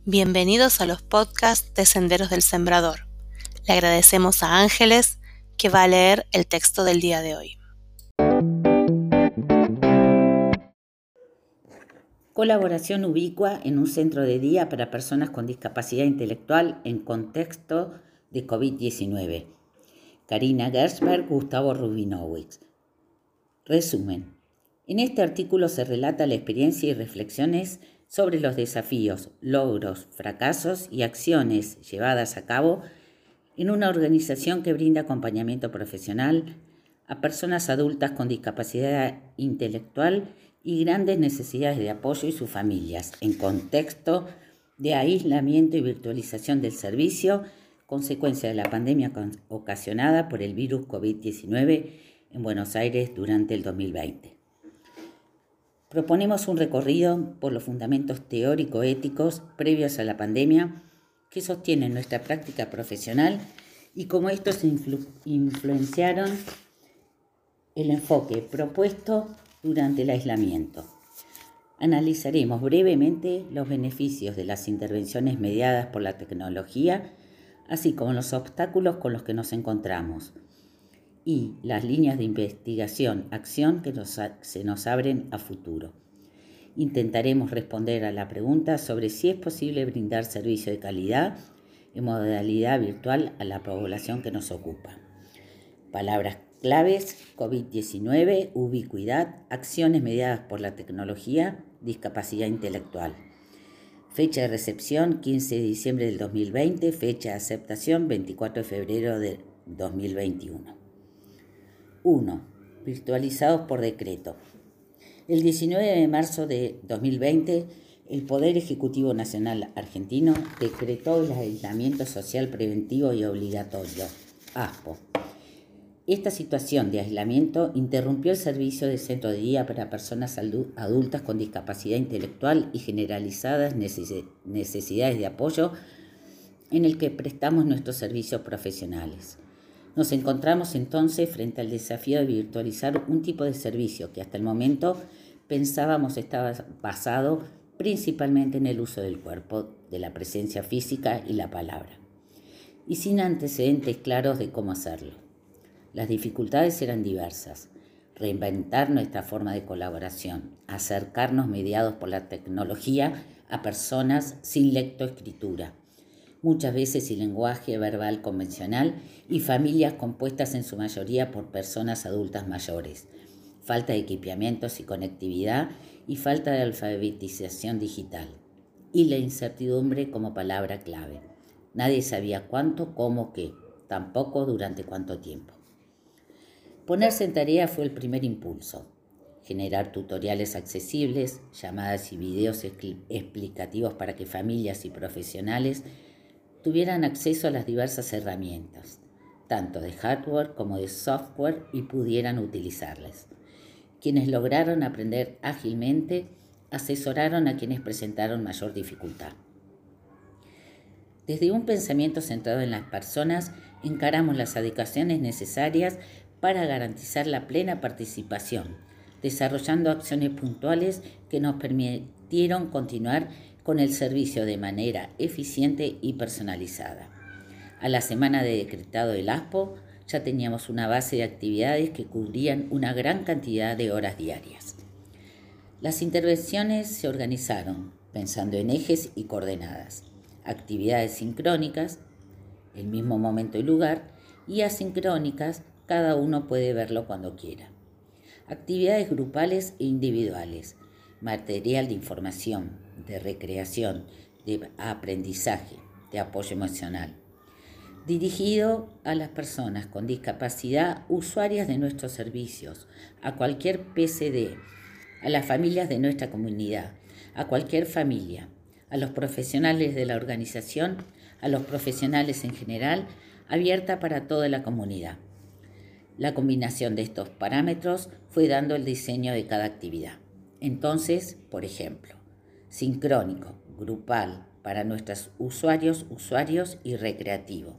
Bienvenidos a los podcasts de Senderos del Sembrador. Le agradecemos a Ángeles que va a leer el texto del día de hoy. Colaboración ubicua en un centro de día para personas con discapacidad intelectual en contexto de COVID-19. Karina Gersberg, Gustavo Rubinowitz. Resumen. En este artículo se relata la experiencia y reflexiones sobre los desafíos, logros, fracasos y acciones llevadas a cabo en una organización que brinda acompañamiento profesional a personas adultas con discapacidad intelectual y grandes necesidades de apoyo y sus familias, en contexto de aislamiento y virtualización del servicio, consecuencia de la pandemia ocasionada por el virus COVID-19 en Buenos Aires durante el 2020. Proponemos un recorrido por los fundamentos teórico-éticos previos a la pandemia que sostienen nuestra práctica profesional y cómo estos influenciaron el enfoque propuesto durante el aislamiento. Analizaremos brevemente los beneficios de las intervenciones mediadas por la tecnología, así como los obstáculos con los que nos encontramos y las líneas de investigación, acción que se nos abren a futuro. Intentaremos responder a la pregunta sobre si es posible brindar servicio de calidad en modalidad virtual a la población que nos ocupa. Palabras claves: COVID-19, ubicuidad, acciones mediadas por la tecnología, discapacidad intelectual. Fecha de recepción 15 de diciembre del 2020, fecha de aceptación 24 de febrero de 2021. 1. Virtualizados por decreto. El 19 de marzo de 2020, el Poder Ejecutivo Nacional Argentino decretó el aislamiento social preventivo y obligatorio, ASPO. Esta situación de aislamiento interrumpió el servicio de centro de día para personas adultas con discapacidad intelectual y generalizadas necesidades de apoyo en el que prestamos nuestros servicios profesionales. Nos encontramos entonces frente al desafío de virtualizar un tipo de servicio que hasta el momento pensábamos estaba basado principalmente en el uso del cuerpo, de la presencia física y la palabra, y sin antecedentes claros de cómo hacerlo. Las dificultades eran diversas: reinventar nuestra forma de colaboración, acercarnos mediados por la tecnología a personas sin lectoescritura, muchas veces sin lenguaje verbal convencional, y familias compuestas en su mayoría por personas adultas mayores, falta de equipamientos y conectividad y falta de alfabetización digital, y la incertidumbre como palabra clave. Nadie sabía cuánto, cómo, qué, tampoco durante cuánto tiempo. Ponerse en tarea fue el primer impulso. Generar tutoriales accesibles, llamadas y videos explicativos para que familias y profesionales tuvieran acceso a las diversas herramientas, tanto de hardware como de software, y pudieran utilizarlas. Quienes lograron aprender ágilmente asesoraron a quienes presentaron mayor dificultad. Desde un pensamiento centrado en las personas, encaramos las adecuaciones necesarias para garantizar la plena participación, desarrollando acciones puntuales que nos permitieron continuar con el servicio de manera eficiente y personalizada. A la semana de decretado el ASPO, ya teníamos una base de actividades que cubrían una gran cantidad de horas diarias. Las intervenciones se organizaron pensando en ejes y coordenadas: actividades sincrónicas, el mismo momento y lugar, y asincrónicas, cada uno puede verlo cuando quiera. Actividades grupales e individuales, material de información, de recreación, de aprendizaje, de apoyo emocional, dirigido a las personas con discapacidad usuarias de nuestros servicios, a cualquier PCD, a las familias de nuestra comunidad, a cualquier familia, a los profesionales de la organización, a los profesionales en general, abierta para toda la comunidad. La combinación de estos parámetros fue dando el diseño de cada actividad. Entonces, por ejemplo, sincrónico, grupal, para nuestros usuarios y recreativo.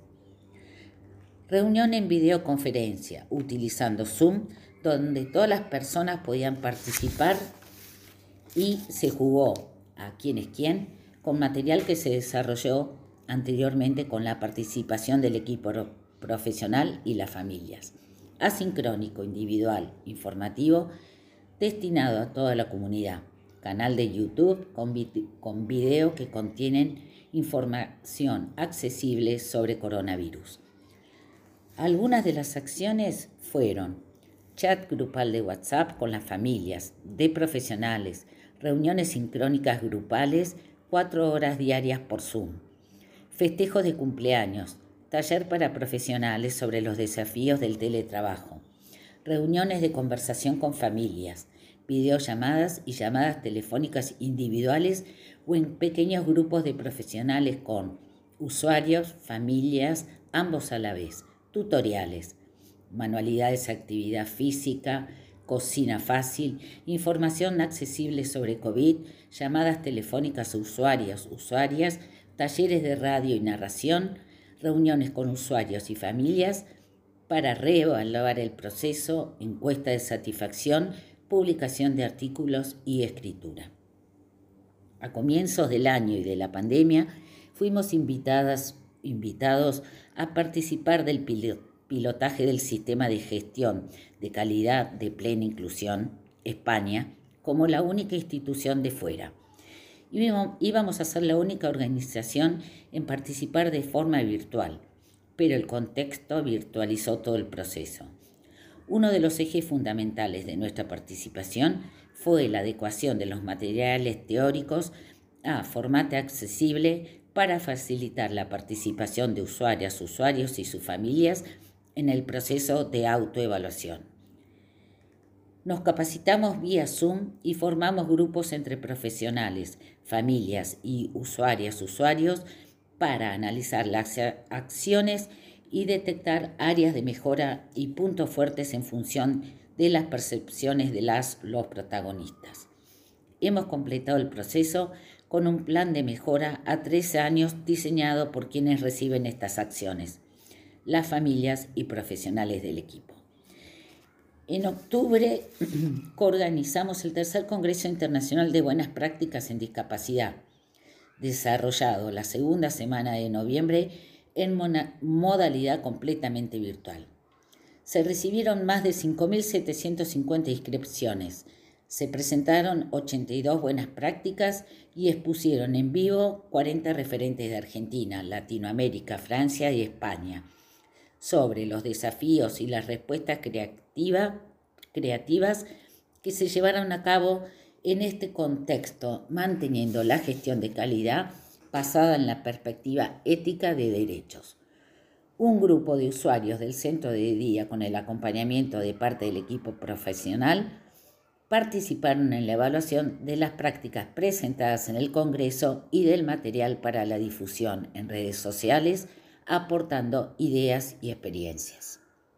Reunión en videoconferencia, utilizando Zoom, donde todas las personas podían participar, y se jugó a quién es quién con material que se desarrolló anteriormente con la participación del equipo profesional y las familias. Asincrónico, individual, informativo, destinado a toda la comunidad. Canal de YouTube con video que contienen información accesible sobre coronavirus. Algunas de las acciones fueron chat grupal de WhatsApp con las familias, de profesionales, reuniones sincrónicas grupales, 4 horas diarias por Zoom, festejos de cumpleaños, taller para profesionales sobre los desafíos del teletrabajo, reuniones de conversación con familias, videollamadas y llamadas telefónicas individuales o en pequeños grupos de profesionales con usuarios, familias, ambos a la vez, tutoriales, manualidades, actividad física, cocina fácil, información accesible sobre COVID, llamadas telefónicas a usuarios, usuarias, talleres de radio y narración, reuniones con usuarios y familias para reevaluar el proceso, encuesta de satisfacción, publicación de artículos y escritura. A comienzos del año y de la pandemia fuimos invitados a participar del pilotaje del sistema de gestión de calidad de plena inclusión, España, como la única institución de fuera. Íbamos a ser la única organización en participar de forma virtual, pero el contexto virtualizó todo el proceso. Uno de los ejes fundamentales de nuestra participación fue la adecuación de los materiales teóricos a formato accesible para facilitar la participación de usuarios y sus familias en el proceso de autoevaluación. Nos capacitamos vía Zoom y formamos grupos entre profesionales, familias y usuarios para analizar las acciones y detectar áreas de mejora y puntos fuertes en función de las percepciones de los protagonistas. Hemos completado el proceso con un plan de mejora a 3 años diseñado por quienes reciben estas acciones, las familias y profesionales del equipo. En octubre coorganizamos el tercer Congreso Internacional de Buenas Prácticas en Discapacidad, desarrollado la segunda semana de noviembre en modalidad completamente virtual. Se recibieron más de 5.750 inscripciones, se presentaron 82 buenas prácticas y expusieron en vivo 40 referentes de Argentina, Latinoamérica, Francia y España sobre los desafíos y las respuestas creativas que se llevaron a cabo en este contexto, manteniendo la gestión de calidad basada en la perspectiva ética de derechos. Un grupo de usuarios del centro de día con el acompañamiento de parte del equipo profesional participaron en la evaluación de las prácticas presentadas en el Congreso y del material para la difusión en redes sociales, aportando ideas y experiencias.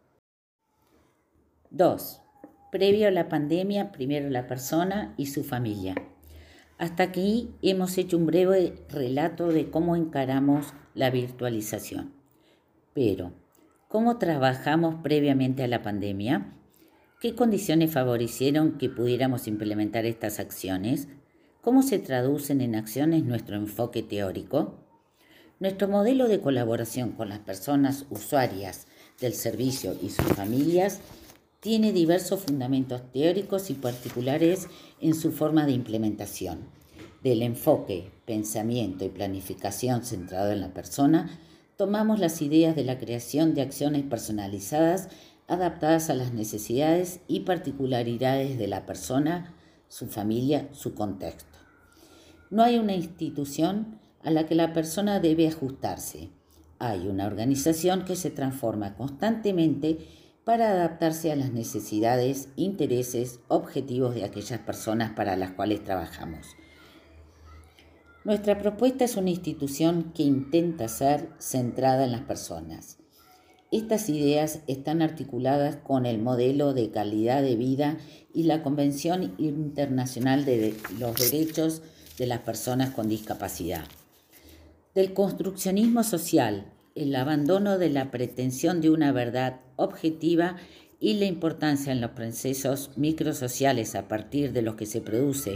2. Previo a la pandemia, primero la persona y su familia. Hasta aquí hemos hecho un breve relato de cómo encaramos la virtualización. Pero, ¿cómo trabajamos previamente a la pandemia? ¿Qué condiciones favorecieron que pudiéramos implementar estas acciones? ¿Cómo se traducen en acciones nuestro enfoque teórico? Nuestro modelo de colaboración con las personas usuarias del servicio y sus familias tiene diversos fundamentos teóricos y particulares en su forma de implementación. Del enfoque, pensamiento y planificación centrado en la persona, tomamos las ideas de la creación de acciones personalizadas adaptadas a las necesidades y particularidades de la persona, su familia, su contexto. No hay una institución a la que la persona debe ajustarse. Hay una organización que se transforma constantemente para adaptarse a las necesidades, intereses, objetivos de aquellas personas para las cuales trabajamos. Nuestra propuesta es una institución que intenta ser centrada en las personas. Estas ideas están articuladas con el modelo de calidad de vida y la Convención Internacional de los Derechos de las Personas con Discapacidad. Del construccionismo social, el abandono de la pretensión de una verdad objetiva y la importancia en los procesos microsociales a partir de los que se produce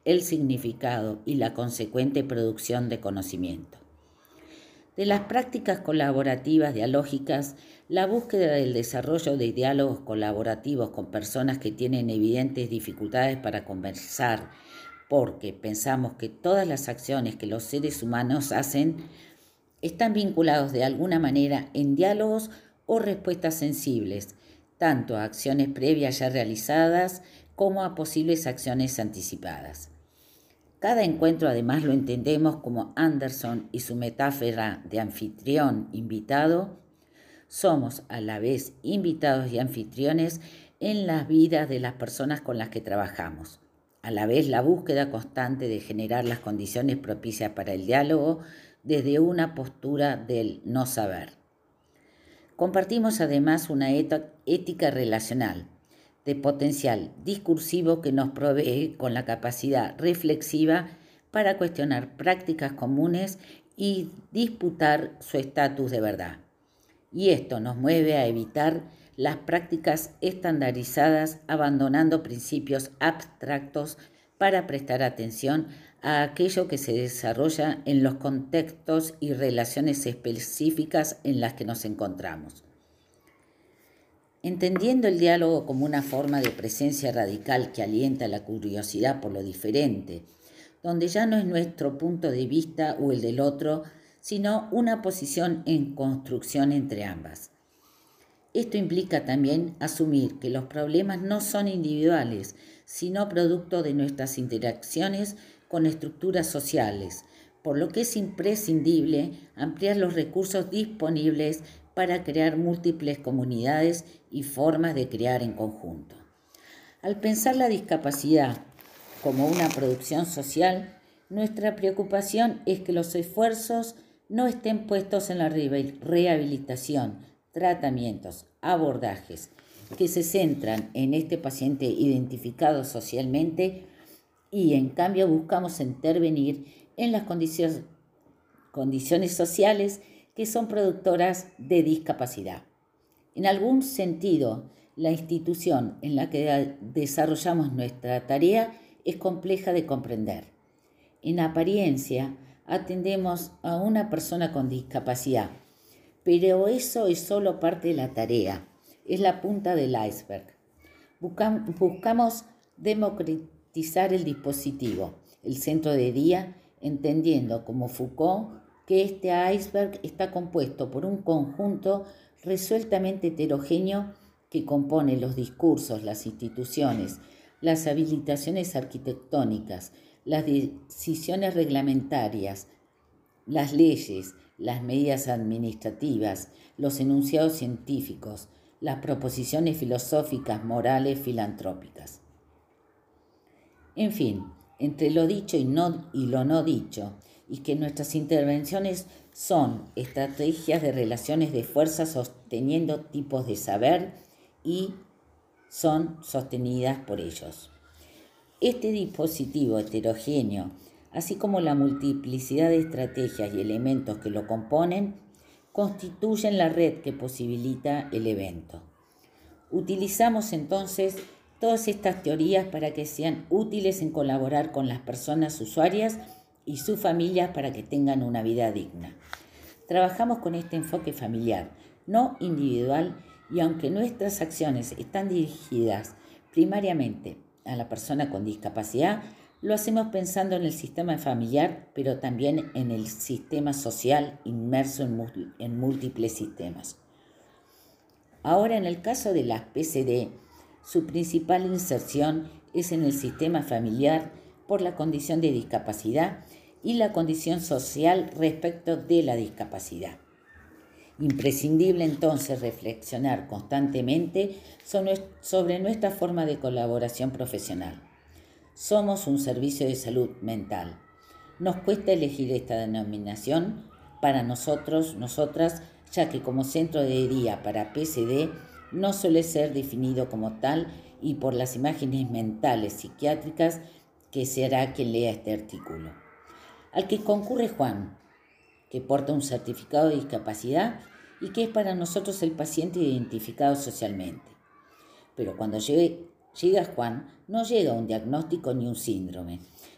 el significado y la consecuente producción de conocimiento. De las prácticas colaborativas dialógicas, la búsqueda del desarrollo de diálogos colaborativos con personas que tienen evidentes dificultades para conversar, porque pensamos que todas las acciones que los seres humanos hacen están vinculados de alguna manera en diálogos o respuestas sensibles, tanto a acciones previas ya realizadas como a posibles acciones anticipadas. Cada encuentro además lo entendemos como Anderson y su metáfora de anfitrión invitado. Somos a la vez invitados y anfitriones en las vidas de las personas con las que trabajamos. A la vez la búsqueda constante de generar las condiciones propicias para el diálogo desde una postura del no saber. Compartimos además una ética relacional, de potencial discursivo que nos provee con la capacidad reflexiva para cuestionar prácticas comunes y disputar su estatus de verdad. Y esto nos mueve a evitar las prácticas estandarizadas, abandonando principios abstractos para prestar atención a aquello que se desarrolla en los contextos y relaciones específicas en las que nos encontramos. Entendiendo el diálogo como una forma de presencia radical que alienta la curiosidad por lo diferente, donde ya no es nuestro punto de vista o el del otro, sino una posición en construcción entre ambas. Esto implica también asumir que los problemas no son individuales, sino producto de nuestras interacciones con estructuras sociales, por lo que es imprescindible ampliar los recursos disponibles para crear múltiples comunidades y formas de crear en conjunto. Al pensar la discapacidad como una producción social, nuestra preocupación es que los esfuerzos no estén puestos en la rehabilitación, tratamientos, abordajes que se centran en este paciente identificado socialmente y en cambio buscamos intervenir en las condiciones sociales que son productoras de discapacidad. En algún sentido, la institución en la que desarrollamos nuestra tarea es compleja de comprender. En apariencia, atendemos a una persona con discapacidad, pero eso es solo parte de la tarea, es la punta del iceberg. Buscamos democratizar el dispositivo, el centro de día, entendiendo como Foucault que este iceberg está compuesto por un conjunto resueltamente heterogéneo que compone los discursos, las instituciones, las habilitaciones arquitectónicas, las decisiones reglamentarias, las leyes, las medidas administrativas, los enunciados científicos, las proposiciones filosóficas, morales, filantrópicas. En fin, entre lo dicho y lo no dicho, y que nuestras intervenciones son estrategias de relaciones de fuerza sosteniendo tipos de saber y son sostenidas por ellos. Este dispositivo heterogéneo, así como la multiplicidad de estrategias y elementos que lo componen, constituyen la red que posibilita el evento. Utilizamos entonces todas estas teorías para que sean útiles en colaborar con las personas usuarias y sus familias para que tengan una vida digna. Trabajamos con este enfoque familiar, no individual, y aunque nuestras acciones están dirigidas primariamente a la persona con discapacidad, lo hacemos pensando en el sistema familiar, pero también en el sistema social inmerso en múltiples sistemas. Ahora, en el caso de las PCD, su principal inserción es en el sistema familiar por la condición de discapacidad y la condición social respecto de la discapacidad. Imprescindible entonces reflexionar constantemente sobre nuestra forma de colaboración profesional. Somos un servicio de salud mental. Nos cuesta elegir esta denominación para nosotros, nosotras, ya que como centro de día para PCD no suele ser definido como tal y por las imágenes mentales psiquiátricas que será quien lea este artículo. Al que concurre Juan, que porta un certificado de discapacidad y que es para nosotros el paciente identificado socialmente. Pero cuando llega Juan, no llega un diagnóstico ni un síndrome,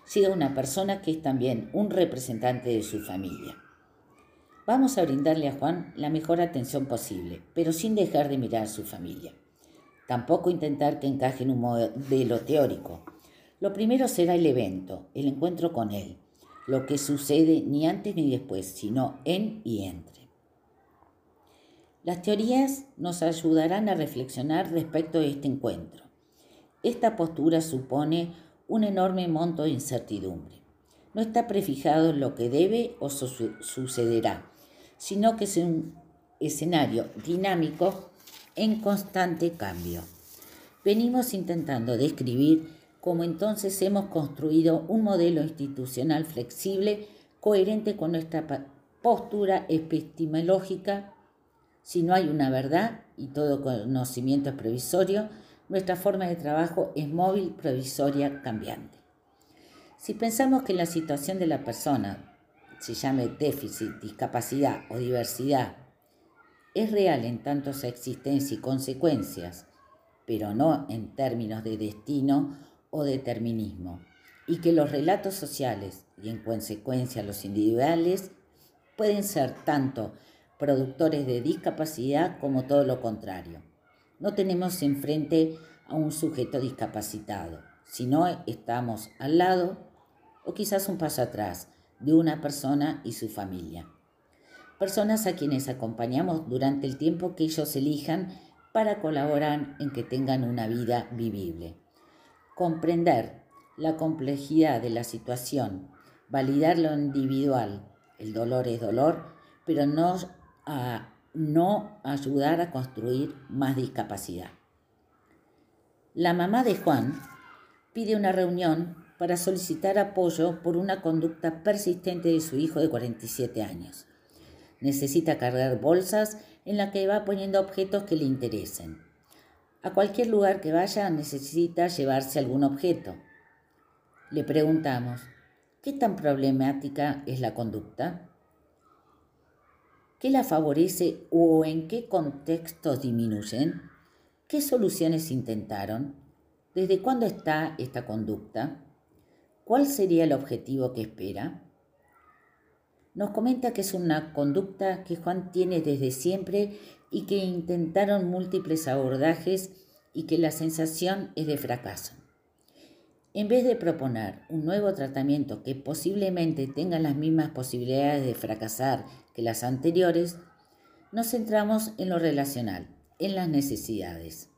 llega una persona que es también un representante de su familia. Vamos a brindarle a Juan la mejor atención posible, pero sin dejar de mirar a su familia. Tampoco intentar que encaje en un modelo teórico. Lo primero será el evento, el encuentro con él, lo que sucede ni antes ni después, sino en y entre. Las teorías nos ayudarán a reflexionar respecto de este encuentro. Esta postura supone un enorme monto de incertidumbre. No está prefijado en lo que debe o sucederá, sino que es un escenario dinámico en constante cambio. Venimos intentando describir cómo entonces hemos construido un modelo institucional flexible coherente con nuestra postura epistemológica. Si no hay una verdad y todo conocimiento es provisorio, nuestra forma de trabajo es móvil, provisoria, cambiante. Si pensamos que la situación de la persona, se llame déficit, discapacidad o diversidad, es real en tanto su existencia y consecuencias, pero no en términos de destino o determinismo, y que los relatos sociales y en consecuencia los individuales pueden ser tanto productores de discapacidad como todo lo contrario. No tenemos enfrente a un sujeto discapacitado, sino estamos al lado o quizás un paso atrás de una persona y su familia. Personas a quienes acompañamos durante el tiempo que ellos elijan para colaborar en que tengan una vida vivible. Comprender la complejidad de la situación, validar lo individual, el dolor es dolor, pero no ayudar a construir más discapacidad. La mamá de Juan pide una reunión para solicitar apoyo por una conducta persistente de su hijo de 47 años. Necesita cargar bolsas en las que va poniendo objetos que le interesen. A cualquier lugar que vaya necesita llevarse algún objeto. Le preguntamos, ¿qué tan problemática es la conducta? ¿Qué la favorece o en qué contextos disminuyen? ¿Qué soluciones intentaron? ¿Desde cuándo está esta conducta? ¿Cuál sería el objetivo que espera? Nos comenta que es una conducta que Juan tiene desde siempre y que intentaron múltiples abordajes y que la sensación es de fracaso. En vez de proponer un nuevo tratamiento que posiblemente tenga las mismas posibilidades de fracasar que las anteriores, nos centramos en lo relacional, en las necesidades.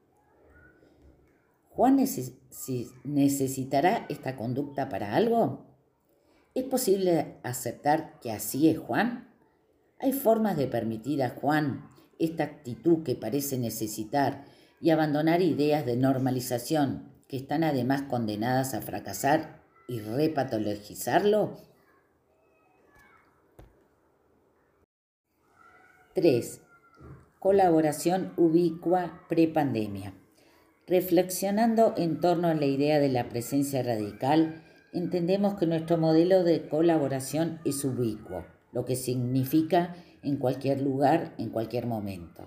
¿Juan necesitará esta conducta para algo? ¿Es posible aceptar que así es Juan? ¿Hay formas de permitir a Juan esta actitud que parece necesitar y abandonar ideas de normalización que están además condenadas a fracasar y repatologizarlo? 3. Colaboración ubicua prepandemia. Reflexionando en torno a la idea de la presencia radical, entendemos que nuestro modelo de colaboración es ubicuo, lo que significa en cualquier lugar, en cualquier momento.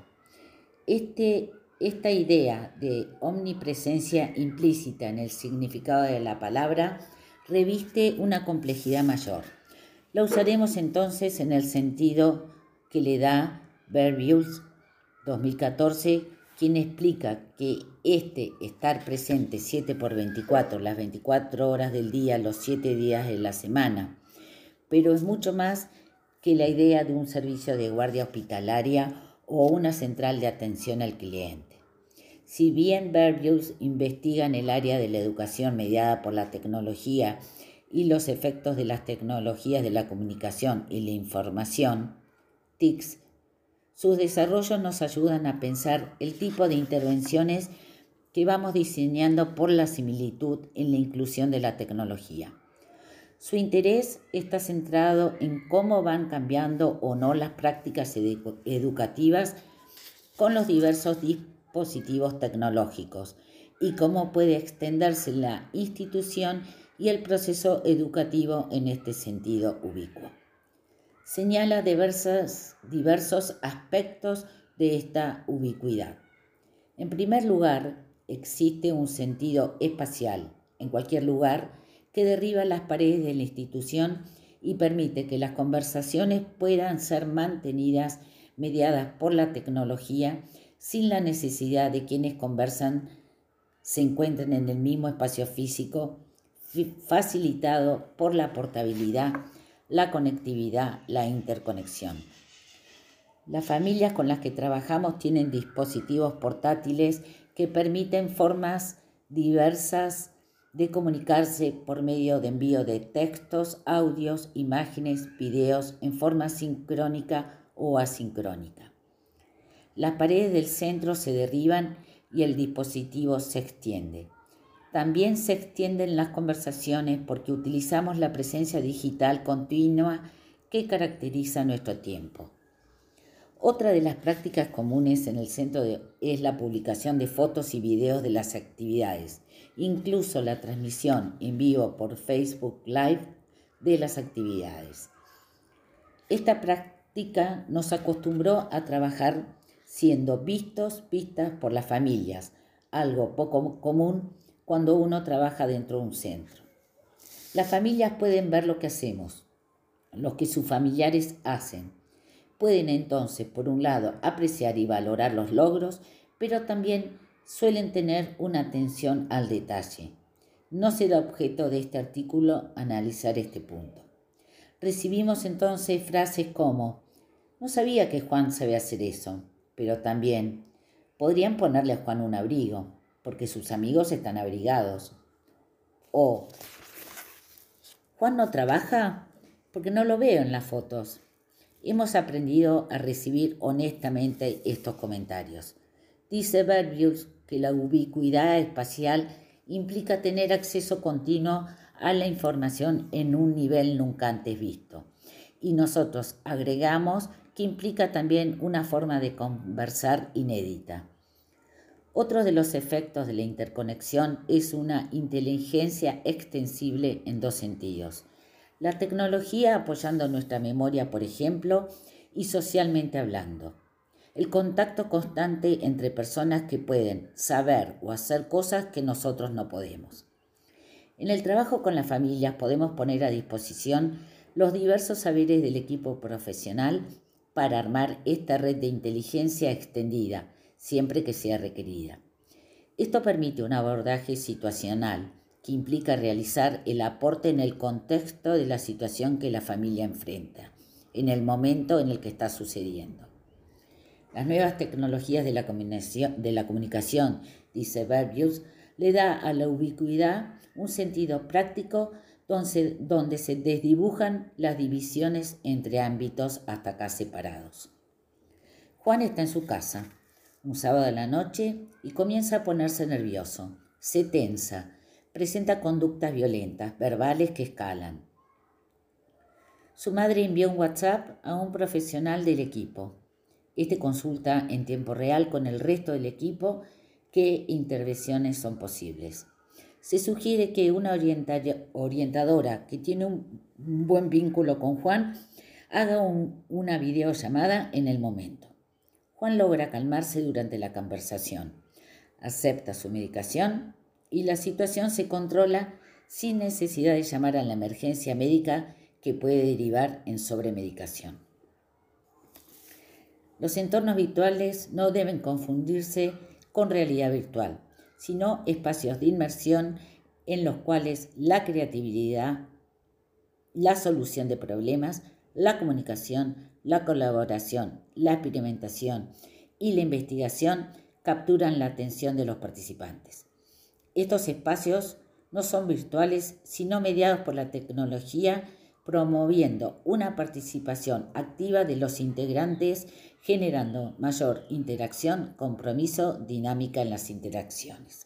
Esta idea de omnipresencia implícita en el significado de la palabra reviste una complejidad mayor. La usaremos entonces en el sentido que le da Verbius 2014, quien explica que estar presente 7x24, las 24 horas del día, los 7 días de la semana, pero es mucho más que la idea de un servicio de guardia hospitalaria o una central de atención al cliente. Si bien Verbius investiga en el área de la educación mediada por la tecnología y los efectos de las tecnologías de la comunicación y la información, TICs, sus desarrollos nos ayudan a pensar el tipo de intervenciones que vamos diseñando por la similitud en la inclusión de la tecnología. Su interés está centrado en cómo van cambiando o no las prácticas educativas con los diversos dispositivos tecnológicos y cómo puede extenderse la institución y el proceso educativo en este sentido ubicuo. Señala diversos aspectos de esta ubicuidad. En primer lugar, existe un sentido espacial, en cualquier lugar, que derriba las paredes de la institución y permite que las conversaciones puedan ser mantenidas mediadas por la tecnología sin la necesidad de quienes conversan se encuentren en el mismo espacio físico, facilitado por la portabilidad, la conectividad, la interconexión. Las familias con las que trabajamos tienen dispositivos portátiles que permiten formas diversas de comunicarse por medio de envío de textos, audios, imágenes, videos en forma sincrónica o asincrónica. Las paredes del centro se derriban y el dispositivo se extiende. También se extienden las conversaciones porque utilizamos la presencia digital continua que caracteriza nuestro tiempo. Otra de las prácticas comunes en el centro es la publicación de fotos y videos de las actividades, incluso la transmisión en vivo por Facebook Live de las actividades. Esta práctica nos acostumbró a trabajar siendo vistas por las familias, algo poco común cuando uno trabaja dentro de un centro. Las familias pueden ver lo que hacemos, lo que sus familiares hacen. Pueden entonces, por un lado, apreciar y valorar los logros, pero también suelen tener una atención al detalle. No será objeto de este artículo analizar este punto. Recibimos entonces frases como: no sabía que Juan sabía hacer eso, pero también podrían ponerle a Juan un abrigo, porque sus amigos están abrigados. O Juan no trabaja porque no lo veo en las fotos. Hemos aprendido a recibir honestamente estos comentarios. Dice Verbius que la ubicuidad espacial implica tener acceso continuo a la información en un nivel nunca antes visto. Y nosotros agregamos que implica también una forma de conversar inédita. Otro de los efectos de la interconexión es una inteligencia extensible en dos sentidos. La tecnología apoyando nuestra memoria, por ejemplo, y socialmente hablando. El contacto constante entre personas que pueden saber o hacer cosas que nosotros no podemos. En el trabajo con las familias podemos poner a disposición los diversos saberes del equipo profesional para armar esta red de inteligencia extendida, siempre que sea requerida. Esto permite un abordaje situacional, que implica realizar el aporte en el contexto de la situación que la familia enfrenta, en el momento en el que está sucediendo. Las nuevas tecnologías de la comunicación, dice Verbius, le da a la ubicuidad un sentido práctico donde se desdibujan las divisiones entre ámbitos hasta acá separados. Juan está en su casa, un sábado a la noche, y comienza a ponerse nervioso. Se tensa, presenta conductas violentas, verbales que escalan. Su madre envió un WhatsApp a un profesional del equipo. Este consulta en tiempo real con el resto del equipo qué intervenciones son posibles. Se sugiere que una orientadora que tiene un buen vínculo con Juan haga una videollamada en el momento. Juan logra calmarse durante la conversación, acepta su medicación y la situación se controla sin necesidad de llamar a la emergencia médica que puede derivar en sobremedicación. Los entornos virtuales no deben confundirse con realidad virtual, sino espacios de inmersión en los cuales la creatividad, la solución de problemas, la comunicación, la colaboración, la experimentación y la investigación capturan la atención de los participantes. Estos espacios no son virtuales, sino mediados por la tecnología, promoviendo una participación activa de los integrantes, generando mayor interacción, compromiso, dinámica en las interacciones.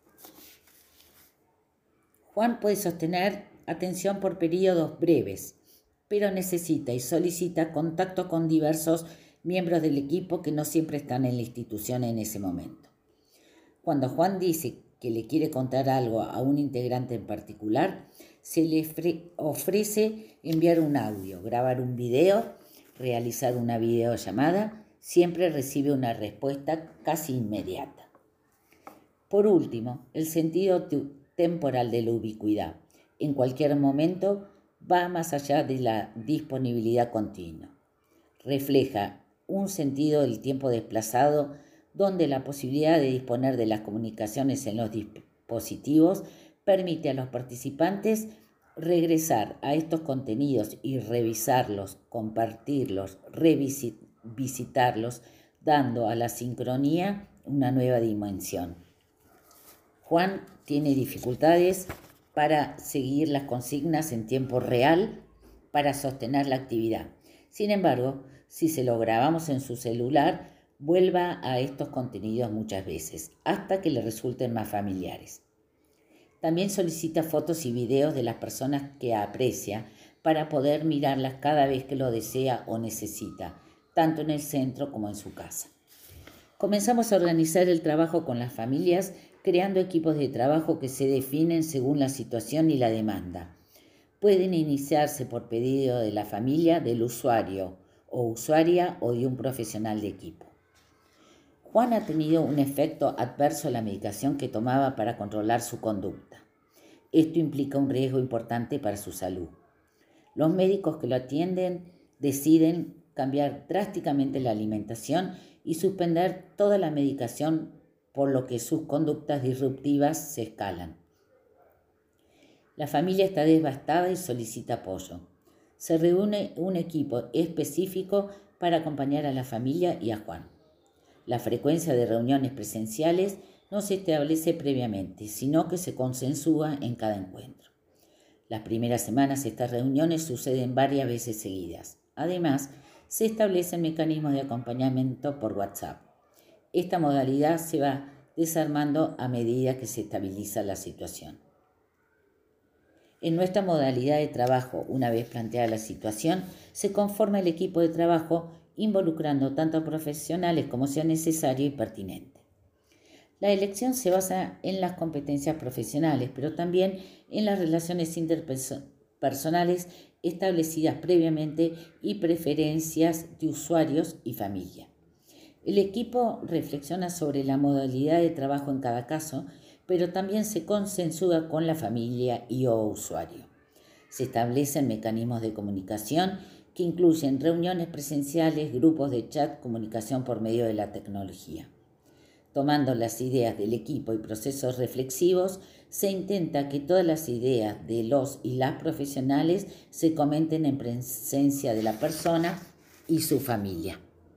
Juan puede sostener atención por periodos breves, pero necesita y solicita contacto con diversos miembros del equipo que no siempre están en la institución en ese momento. Cuando Juan dice que le quiere contar algo a un integrante en particular, se le ofrece enviar un audio, grabar un video, realizar una videollamada. Siempre recibe una respuesta casi inmediata. Por último, el sentido temporal de la ubicuidad. en cualquier momento va más allá de la disponibilidad continua. Refleja un sentido del tiempo desplazado donde la posibilidad de disponer de las comunicaciones en los dispositivos permite a los participantes regresar a estos contenidos y revisarlos, compartirlos, revisitarlos, dando a la sincronía una nueva dimensión. Juan tiene dificultades para seguir las consignas en tiempo real para sostener la actividad. Sin embargo, si se lo grabamos en su celular, vuelva a estos contenidos muchas veces, hasta que le resulten más familiares. También solicita fotos y videos de las personas que aprecia para poder mirarlas cada vez que lo desea o necesita, tanto en el centro como en su casa. Comenzamos a organizar el trabajo con las familias, creando equipos de trabajo que se definen según la situación y la demanda. Pueden iniciarse por pedido de la familia, del usuario o usuaria o de un profesional de equipo. Juan ha tenido un efecto adverso a la medicación que tomaba para controlar su conducta. Esto implica un riesgo importante para su salud. Los médicos que lo atienden deciden cambiar drásticamente la alimentación y suspender toda la medicación, por lo que sus conductas disruptivas se escalan. La familia está devastada y solicita apoyo. Se reúne un equipo específico para acompañar a la familia y a Juan. La frecuencia de reuniones presenciales no se establece previamente, sino que se consensúa en cada encuentro. Las primeras semanas estas reuniones suceden varias veces seguidas. Además, se establecen mecanismos de acompañamiento por WhatsApp. Esta modalidad se va desarmando a medida que se estabiliza la situación. En nuestra modalidad de trabajo, una vez planteada la situación, se conforma el equipo de trabajo involucrando tanto a profesionales como sea necesario y pertinente. La elección se basa en las competencias profesionales, pero también en las relaciones interpersonales establecidas previamente y preferencias de usuarios y familia. El equipo reflexiona sobre la modalidad de trabajo en cada caso, pero también se consensúa con la familia y o usuario. Se establecen mecanismos de comunicación que incluyen reuniones presenciales, grupos de chat, comunicación por medio de la tecnología. Tomando las ideas del equipo y procesos reflexivos, se intenta que todas las ideas de los y las profesionales se comenten en presencia de la persona y su familia.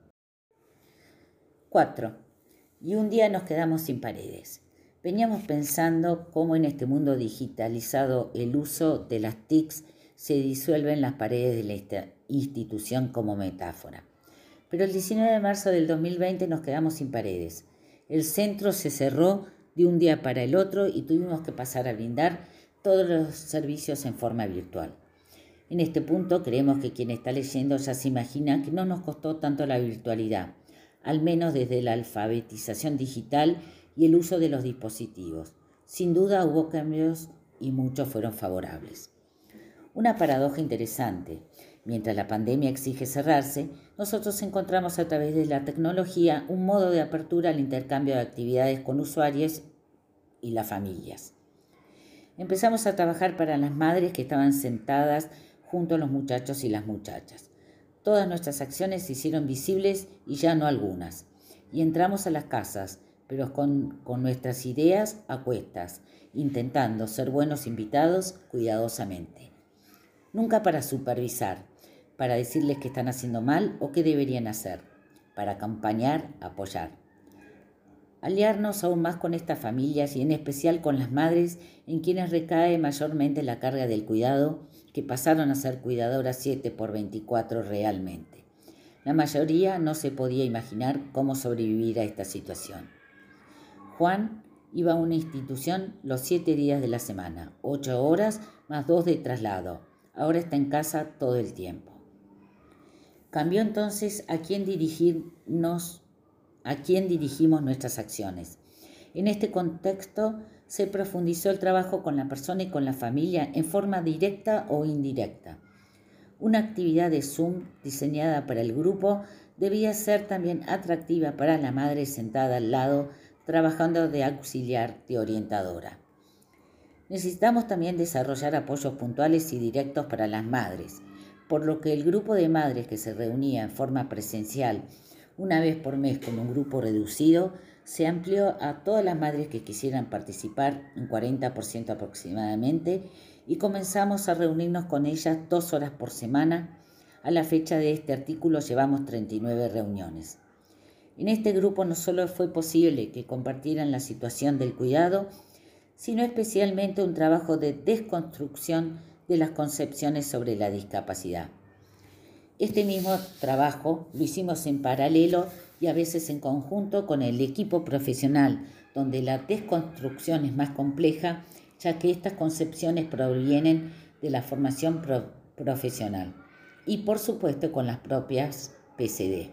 4. Y un día nos quedamos sin paredes. Veníamos pensando cómo en este mundo digitalizado el uso de las TICs se disuelve en las paredes de la institución como metáfora. Pero el 19 de marzo del 2020 nos quedamos sin paredes. El centro se cerró de un día para el otro y tuvimos que pasar a brindar todos los servicios en forma virtual. En este punto creemos que quien está leyendo ya se imagina que no nos costó tanto la virtualidad, al menos desde la alfabetización digital y el uso de los dispositivos. Sin duda hubo cambios y muchos fueron favorables. Una paradoja interesante. Mientras la pandemia exige cerrarse, nosotros encontramos a través de la tecnología un modo de apertura al intercambio de actividades con usuarios y las familias. Empezamos a trabajar para las madres que estaban sentadas junto a los muchachos y las muchachas. Todas nuestras acciones se hicieron visibles y ya no algunas. Y entramos a las casas, pero con nuestras ideas a cuestas, intentando ser buenos invitados cuidadosamente. Nunca para supervisar, para decirles que están haciendo mal o qué deberían hacer, para acompañar, apoyar. Aliarnos aún más con estas familias y en especial con las madres en quienes recae mayormente la carga del cuidado, que pasaron a ser cuidadoras 7/24 realmente. La mayoría no se podía imaginar cómo sobrevivir a esta situación. Juan iba a una institución los 7 días de la semana, 8 horas más 2 de traslado. Ahora está en casa todo el tiempo. Cambió entonces a quién dirigimos nuestras acciones. En este contexto se profundizó el trabajo con la persona y con la familia en forma directa o indirecta. Una actividad de Zoom diseñada para el grupo debía ser también atractiva para la madre sentada al lado, trabajando de auxiliar de orientadora. Necesitamos también desarrollar apoyos puntuales y directos para las madres, por lo que el grupo de madres que se reunía en forma presencial una vez por mes con un grupo reducido se amplió a todas las madres que quisieran participar, un 40% aproximadamente, y comenzamos a reunirnos con ellas 2 horas por semana. A la fecha de este artículo llevamos 39 reuniones. En este grupo no solo fue posible que compartieran la situación del cuidado, sino especialmente un trabajo de desconstrucción de las concepciones sobre la discapacidad. Este mismo trabajo lo hicimos en paralelo y a veces en conjunto con el equipo profesional, donde la desconstrucción es más compleja, ya que estas concepciones provienen de la formación profesional y por supuesto con las propias PCD.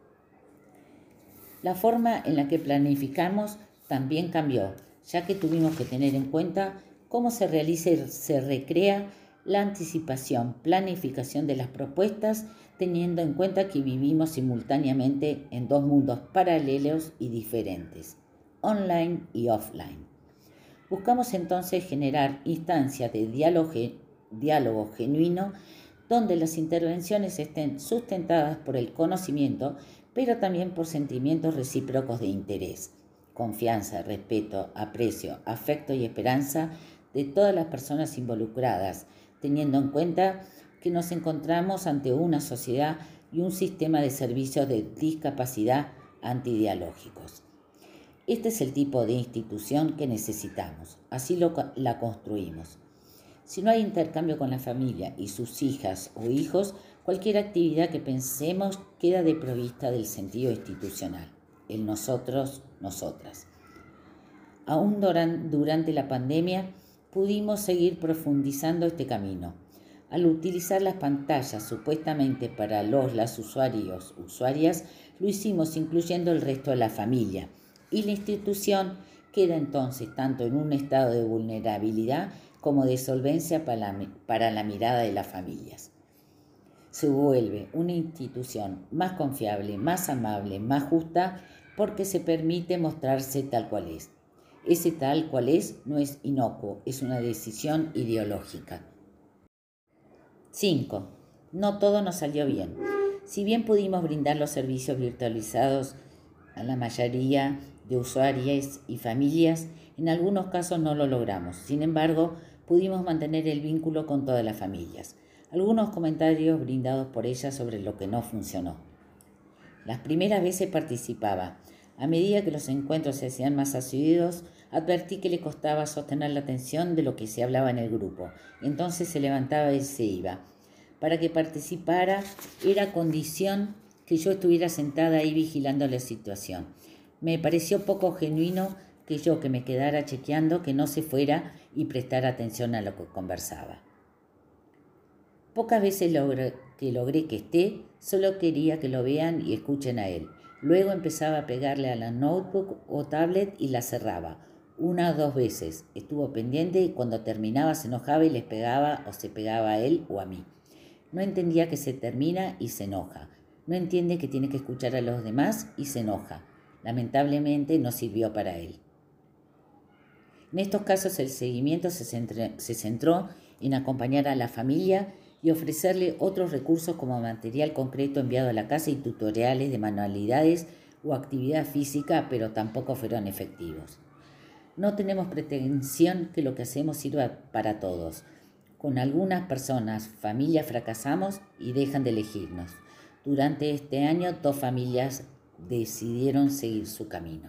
La forma en la que planificamos también cambió, ya que tuvimos que tener en cuenta cómo se realiza y se recrea la anticipación, planificación de las propuestas, teniendo en cuenta que vivimos simultáneamente en 2 mundos paralelos y diferentes, online y offline. Buscamos entonces generar instancias de diálogo genuino donde las intervenciones estén sustentadas por el conocimiento, pero también por sentimientos recíprocos de interés, confianza, respeto, aprecio, afecto y esperanza de todas las personas involucradas, teniendo en cuenta que nos encontramos ante una sociedad y un sistema de servicios de discapacidad antidialógicos. Este es el tipo de institución que necesitamos, así la construimos. Si no hay intercambio con la familia y sus hijas o hijos, cualquier actividad que pensemos queda desprovista del sentido institucional, el nosotros, nosotras. Aún durante la pandemia pudimos seguir profundizando este camino. Al utilizar las pantallas supuestamente para las usuarios, usuarias, lo hicimos incluyendo el resto de la familia y la institución queda entonces tanto en un estado de vulnerabilidad como de solvencia para la mirada de las familias. Se vuelve una institución más confiable, más amable, más justa, porque se permite mostrarse tal cual es. Ese tal cual es no es inocuo, es una decisión ideológica. 5. No todo nos salió bien. Si bien pudimos brindar los servicios virtualizados a la mayoría de usuarios y familias, en algunos casos no lo logramos. Sin embargo, pudimos mantener el vínculo con todas las familias. Algunos comentarios brindados por ellas sobre lo que no funcionó. Las primeras veces participaba. A medida que los encuentros se hacían más asiduos, advertí que le costaba sostener la atención de lo que se hablaba en el grupo. Entonces se levantaba y se iba. Para que participara era condición que yo estuviera sentada ahí vigilando la situación. Me pareció poco genuino que me quedara chequeando que no se fuera y prestara atención a lo que conversaba. Pocas veces logré que esté, solo quería que lo vean y escuchen a él. Luego empezaba a pegarle a la notebook o tablet y la cerraba. 1 o 2 veces. Estuvo pendiente y cuando terminaba se enojaba y les pegaba o se pegaba a él o a mí. No entendía que se termina y se enoja. No entiende que tiene que escuchar a los demás y se enoja. Lamentablemente no sirvió para él. En estos casos el seguimiento se centró en acompañar a la familia y ofrecerle otros recursos como material concreto enviado a la casa y tutoriales de manualidades o actividad física, pero tampoco fueron efectivos. No tenemos pretensión que lo que hacemos sirva para todos. Con algunas personas, familias fracasamos y dejan de elegirnos. Durante este año, 2 familias decidieron seguir su camino.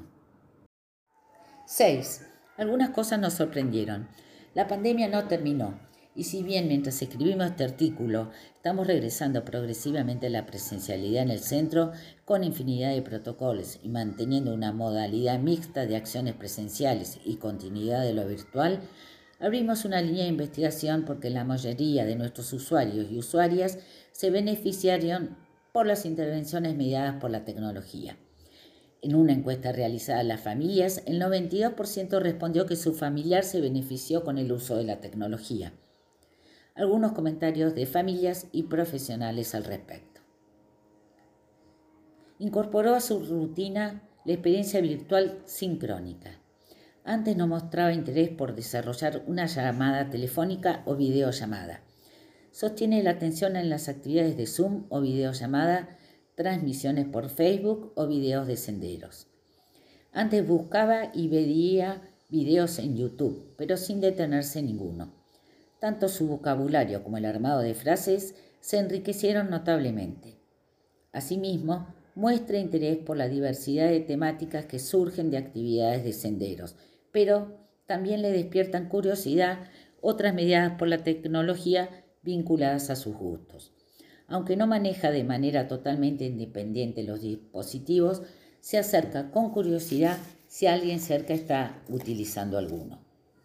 6. Algunas cosas nos sorprendieron. La pandemia no terminó. Y si bien mientras escribimos este artículo estamos regresando progresivamente a la presencialidad en el centro con infinidad de protocolos y manteniendo una modalidad mixta de acciones presenciales y continuidad de lo virtual, abrimos una línea de investigación porque la mayoría de nuestros usuarios y usuarias se beneficiaron por las intervenciones mediadas por la tecnología. En una encuesta realizada a las familias, el 92% respondió que su familiar se benefició con el uso de la tecnología. Algunos comentarios de familias y profesionales al respecto. Incorporó a su rutina la experiencia virtual sincrónica. Antes no mostraba interés por desarrollar una llamada telefónica o videollamada. Sostiene la atención en las actividades de Zoom o videollamada, transmisiones por Facebook o videos de senderos. Antes buscaba y veía videos en YouTube, pero sin detenerse en ninguno. Tanto su vocabulario como el armado de frases se enriquecieron notablemente. Asimismo, muestra interés por la diversidad de temáticas que surgen de actividades de senderos, pero también le despiertan curiosidad otras mediadas por la tecnología vinculadas a sus gustos. Aunque no maneja de manera totalmente independiente los dispositivos, se acerca con curiosidad si alguien cerca está utilizando alguno.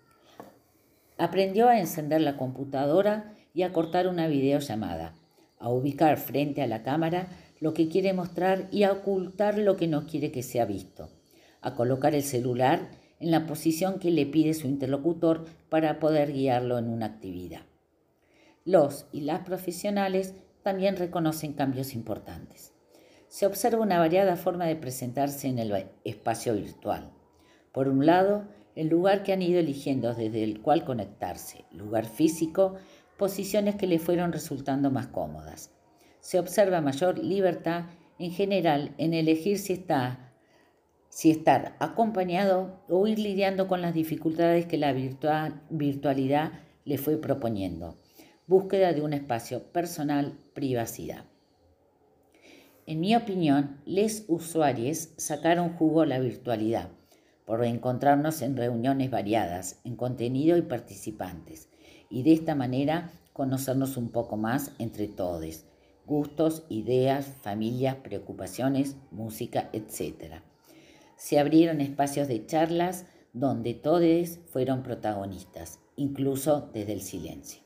Aprendió a encender la computadora y a cortar una videollamada, a ubicar frente a la cámara lo que quiere mostrar y a ocultar lo que no quiere que sea visto, a colocar el celular en la posición que le pide su interlocutor para poder guiarlo en una actividad. Los y las profesionales también reconocen cambios importantes. Se observa una variada forma de presentarse en el espacio virtual. Por un lado, el lugar que han ido eligiendo desde el cual conectarse, lugar físico, posiciones que le fueron resultando más cómodas. Se observa mayor libertad en general en elegir si estar acompañado o ir lidiando con las dificultades que la virtualidad le fue proponiendo. Búsqueda de un espacio personal, privacidad. En mi opinión, les usuarios sacaron jugo a la virtualidad por encontrarnos en reuniones variadas, en contenido y participantes, y de esta manera conocernos un poco más entre todos, gustos, ideas, familias, preocupaciones, música, etc. Se abrieron espacios de charlas donde todos fueron protagonistas, incluso desde el silencio.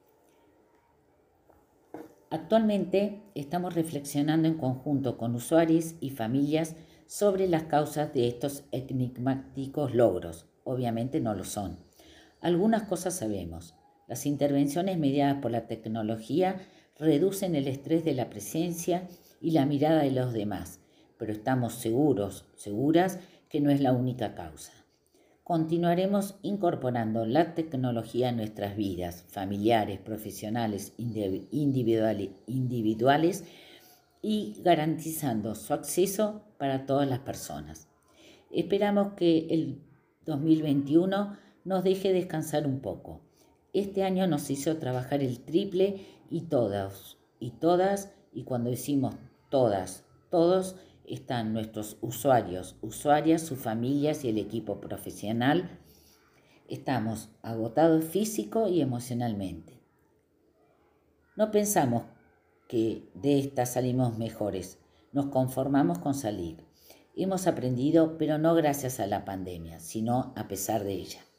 Actualmente estamos reflexionando en conjunto con usuarios y familias sobre las causas de estos enigmáticos logros. Obviamente no lo son. Algunas cosas sabemos. Las intervenciones mediadas por la tecnología reducen el estrés de la presencia y la mirada de los demás, pero estamos seguras que no es la única causa. Continuaremos incorporando la tecnología en nuestras vidas, familiares, profesionales, individuales y garantizando su acceso para todas las personas. Esperamos que el 2021 nos deje descansar un poco. Este año nos hizo trabajar el triple y todas, y cuando decimos todas, todos, están nuestros usuarios, usuarias, sus familias y el equipo profesional. Estamos agotados físico y emocionalmente. No pensamos que de esta salimos mejores, nos conformamos con salir. Hemos aprendido, pero no gracias a la pandemia, sino a pesar de ella.